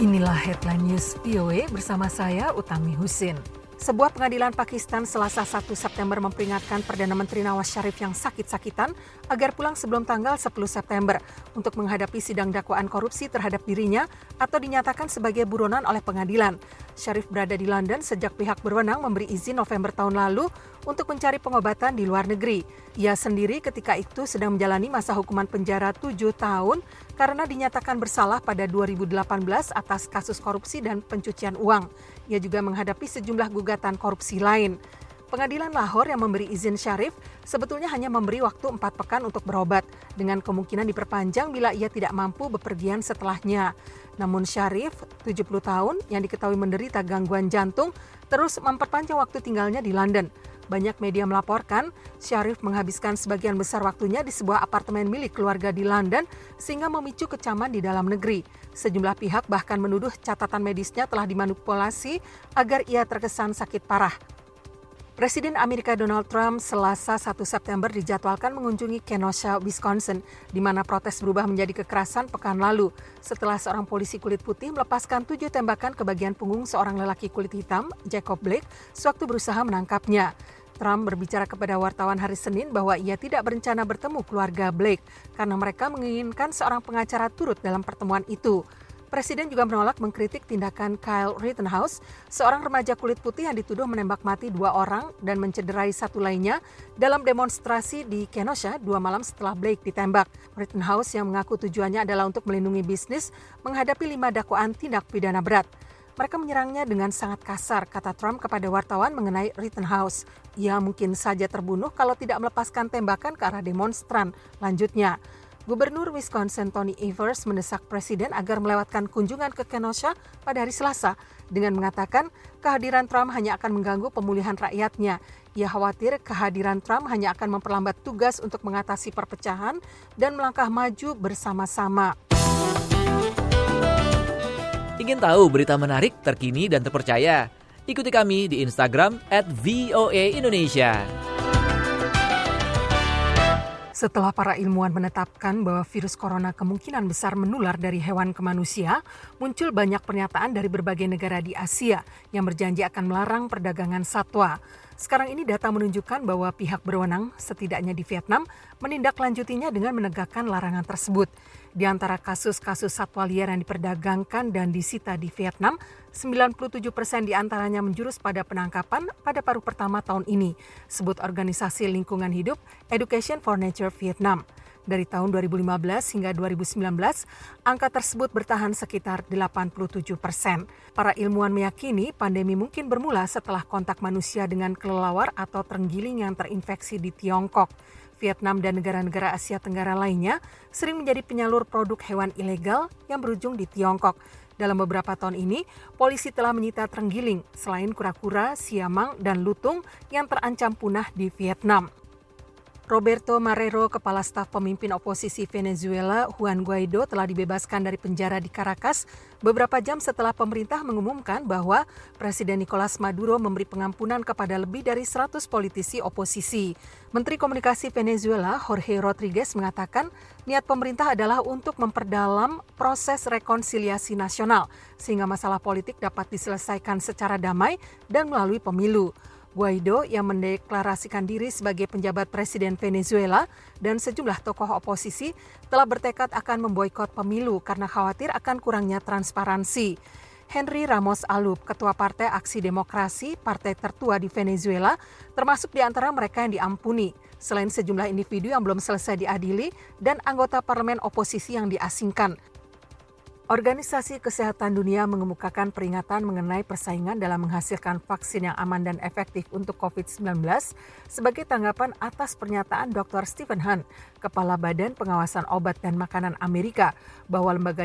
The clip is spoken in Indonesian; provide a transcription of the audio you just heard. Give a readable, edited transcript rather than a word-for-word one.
Inilah Headline News VOA bersama saya Utami Husin. Sebuah pengadilan Pakistan Selasa 1 September memperingatkan Perdana Menteri Nawaz Sharif yang sakit-sakitan agar pulang sebelum tanggal 10 September untuk menghadapi sidang dakwaan korupsi terhadap dirinya atau dinyatakan sebagai buronan oleh pengadilan. Sharif berada di London sejak pihak berwenang memberi izin November tahun lalu untuk mencari pengobatan di luar negeri. Ia sendiri ketika itu sedang menjalani masa hukuman penjara 7 tahun karena dinyatakan bersalah pada 2018 atas kasus korupsi dan pencucian uang. Ia juga menghadapi sejumlah gugatan korupsi lain. Pengadilan Lahore yang memberi izin Sharif sebetulnya hanya memberi waktu 4 pekan untuk berobat, dengan kemungkinan diperpanjang bila ia tidak mampu bepergian setelahnya. Namun Sharif, 70 tahun, yang diketahui menderita gangguan jantung, terus memperpanjang waktu tinggalnya di London. Banyak media melaporkan, Sharif menghabiskan sebagian besar waktunya di sebuah apartemen milik keluarga di London sehingga memicu kecaman di dalam negeri. Sejumlah pihak bahkan menuduh catatan medisnya telah dimanipulasi agar ia terkesan sakit parah. Presiden Amerika Donald Trump Selasa 1 September dijadwalkan mengunjungi Kenosha, Wisconsin, di mana protes berubah menjadi kekerasan pekan lalu setelah seorang polisi kulit putih melepaskan 7 tembakan ke bagian punggung seorang lelaki kulit hitam, Jacob Blake, sewaktu berusaha menangkapnya. Trump berbicara kepada wartawan hari Senin bahwa ia tidak berencana bertemu keluarga Blake karena mereka menginginkan seorang pengacara turut dalam pertemuan itu. Presiden juga menolak mengkritik tindakan Kyle Rittenhouse, seorang remaja kulit putih yang dituduh menembak mati 2 orang dan mencederai 1 lainnya dalam demonstrasi di Kenosha 2 malam setelah Blake ditembak. Rittenhouse yang mengaku tujuannya adalah untuk melindungi bisnis menghadapi 5 dakwaan tindak pidana berat. Mereka menyerangnya dengan sangat kasar, kata Trump kepada wartawan mengenai Rittenhouse. Ia mungkin saja terbunuh kalau tidak melepaskan tembakan ke arah demonstran, lanjutnya. Gubernur Wisconsin Tony Evers mendesak Presiden agar melewatkan kunjungan ke Kenosha pada hari Selasa dengan mengatakan kehadiran Trump hanya akan mengganggu pemulihan rakyatnya. Ia khawatir kehadiran Trump hanya akan memperlambat tugas untuk mengatasi perpecahan dan melangkah maju bersama-sama. Ingin tahu berita menarik, terkini, dan terpercaya? Ikuti kami di Instagram @voaindonesia. Setelah para ilmuwan menetapkan bahwa virus corona kemungkinan besar menular dari hewan ke manusia, muncul banyak pernyataan dari berbagai negara di Asia yang berjanji akan melarang perdagangan satwa. Sekarang ini data menunjukkan bahwa pihak berwenang, setidaknya di Vietnam, menindaklanjutinya dengan menegakkan larangan tersebut. Di antara kasus-kasus satwa liar yang diperdagangkan dan disita di Vietnam, 97% di antaranya menjurus pada penangkapan pada paruh pertama tahun ini, sebut Organisasi Lingkungan Hidup Education for Nature Vietnam. Dari tahun 2015 hingga 2019, angka tersebut bertahan sekitar 87%. Para ilmuwan meyakini pandemi mungkin bermula setelah kontak manusia dengan kelelawar atau terenggiling yang terinfeksi di Tiongkok. Vietnam dan negara-negara Asia Tenggara lainnya sering menjadi penyalur produk hewan ilegal yang berujung di Tiongkok. Dalam beberapa tahun ini, polisi telah menyita terenggiling selain kura-kura, siamang, dan lutung yang terancam punah di Vietnam. Roberto Marrero, kepala staf pemimpin oposisi Venezuela, Juan Guaido, telah dibebaskan dari penjara di Caracas beberapa jam setelah pemerintah mengumumkan bahwa Presiden Nicolas Maduro memberi pengampunan kepada lebih dari 100 politisi oposisi. Menteri Komunikasi Venezuela, Jorge Rodriguez, mengatakan niat pemerintah adalah untuk memperdalam proses rekonsiliasi nasional sehingga masalah politik dapat diselesaikan secara damai dan melalui pemilu. Guaido yang mendeklarasikan diri sebagai penjabat Presiden Venezuela dan sejumlah tokoh oposisi telah bertekad akan memboikot pemilu karena khawatir akan kurangnya transparansi. Henry Ramos Alup, Ketua Partai Aksi Demokrasi, partai tertua di Venezuela, termasuk di antara mereka yang diampuni, selain sejumlah individu yang belum selesai diadili dan anggota parlemen oposisi yang diasingkan. Organisasi Kesehatan Dunia mengemukakan peringatan mengenai persaingan dalam menghasilkan vaksin yang aman dan efektif untuk COVID-19 sebagai tanggapan atas pernyataan Dr. Stephen Hahn, Kepala Badan Pengawasan Obat dan Makanan Amerika, bahwa lembaga